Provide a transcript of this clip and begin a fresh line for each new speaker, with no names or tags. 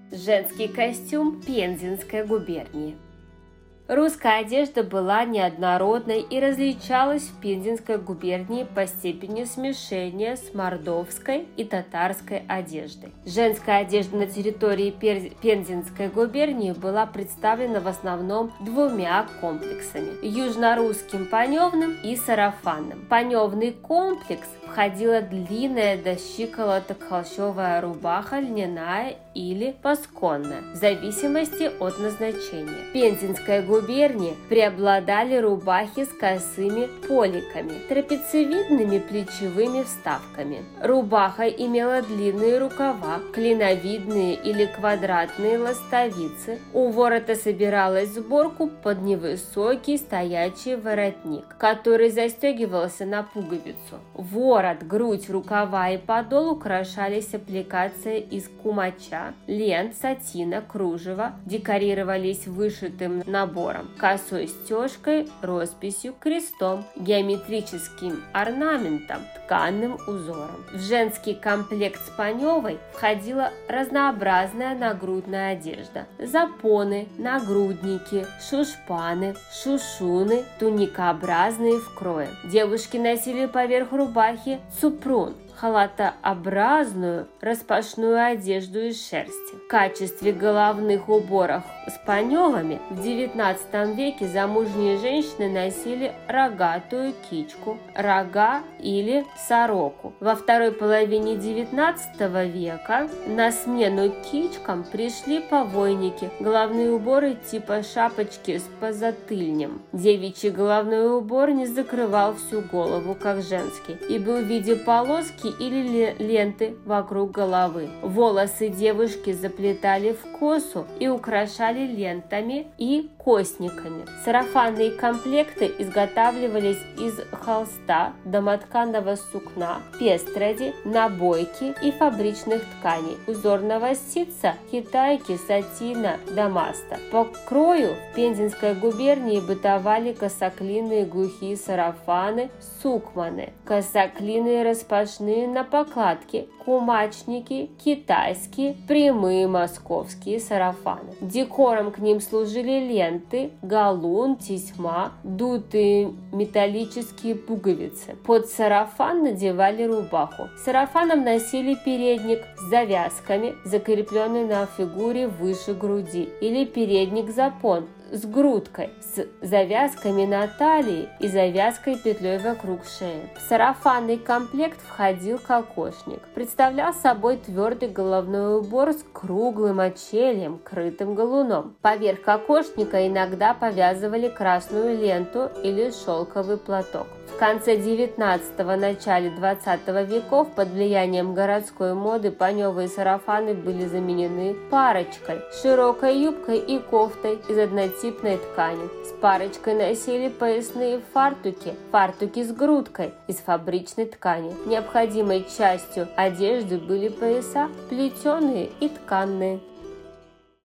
Женский костюм Пензенской губернии. Русская одежда была неоднородной и различалась в Пензенской губернии по степени смешения с мордовской и татарской одеждой. Женская одежда на территории Пензенской губернии была представлена в основном двумя комплексами – южнорусским паневным и сарафанным. В паневный комплекс входила длинная до щиколоток холщовая рубаха льняная или пасконная, в зависимости от назначения. В Пензенской губернии преобладали рубахи с косыми поликами, трапециевидными плечевыми вставками. Рубаха имела длинные рукава, клиновидные или квадратные ластовицы. У ворота собиралась в сборку под невысокий стоячий воротник, который застегивался на пуговицу. Ворот, грудь, рукава и подол украшались аппликацией из кумача, лент, сатина, кружева, декорировались вышитым набором, косой стежкой, росписью, крестом, геометрическим орнаментом, тканным узором. В женский комплект с паневой входила разнообразная нагрудная одежда: запоны, нагрудники, шушпаны, шушуны, туникообразные в крое. Девушки носили поверх рубахи цупрун, халатообразную распашную одежду из шерсти. В качестве головных уборов с паневами в XIX веке замужние женщины носили рогатую кичку, рога или сороку. Во второй половине XIX века на смену кичкам пришли повойники, головные уборы типа шапочки с позатыльнем. Девичий головной убор не закрывал всю голову, как женский, и был в виде полоски или ленты вокруг головы. Волосы девушки заплетали в косу и украшали лентами и косниками. Сарафанные комплекты изготавливались из холста, домотканного сукна, пестради, набойки и фабричных тканей, узорного ситца, китайки, сатина, дамаста. По крою в Пензенской губернии бытовали косоклинные глухие сарафаны, сукманы, косоклинные распашные на покладке, кумачники, китайские, прямые московские сарафаны. Декором к ним служили ленты, галун, тесьма, дутые металлические пуговицы. Под сарафан надевали рубаху. Сарафаном носили передник с завязками, закрепленный на фигуре выше груди, или передник-запон с грудкой, с завязками на талии и завязкой петлей вокруг шеи. В сарафанный комплект входил кокошник. Представлял собой твердый головной убор с круглым очельем, крытым галуном. Поверх кокошника иногда повязывали красную ленту или шелковый платок. В конце XIX – начале XX веков под влиянием городской моды паневые сарафаны были заменены парочкой, широкой юбкой и кофтой из однотипной ткани. С парочкой носили поясные фартуки, фартуки с грудкой из фабричной ткани. Необходимой частью одежды были пояса плетеные и тканные.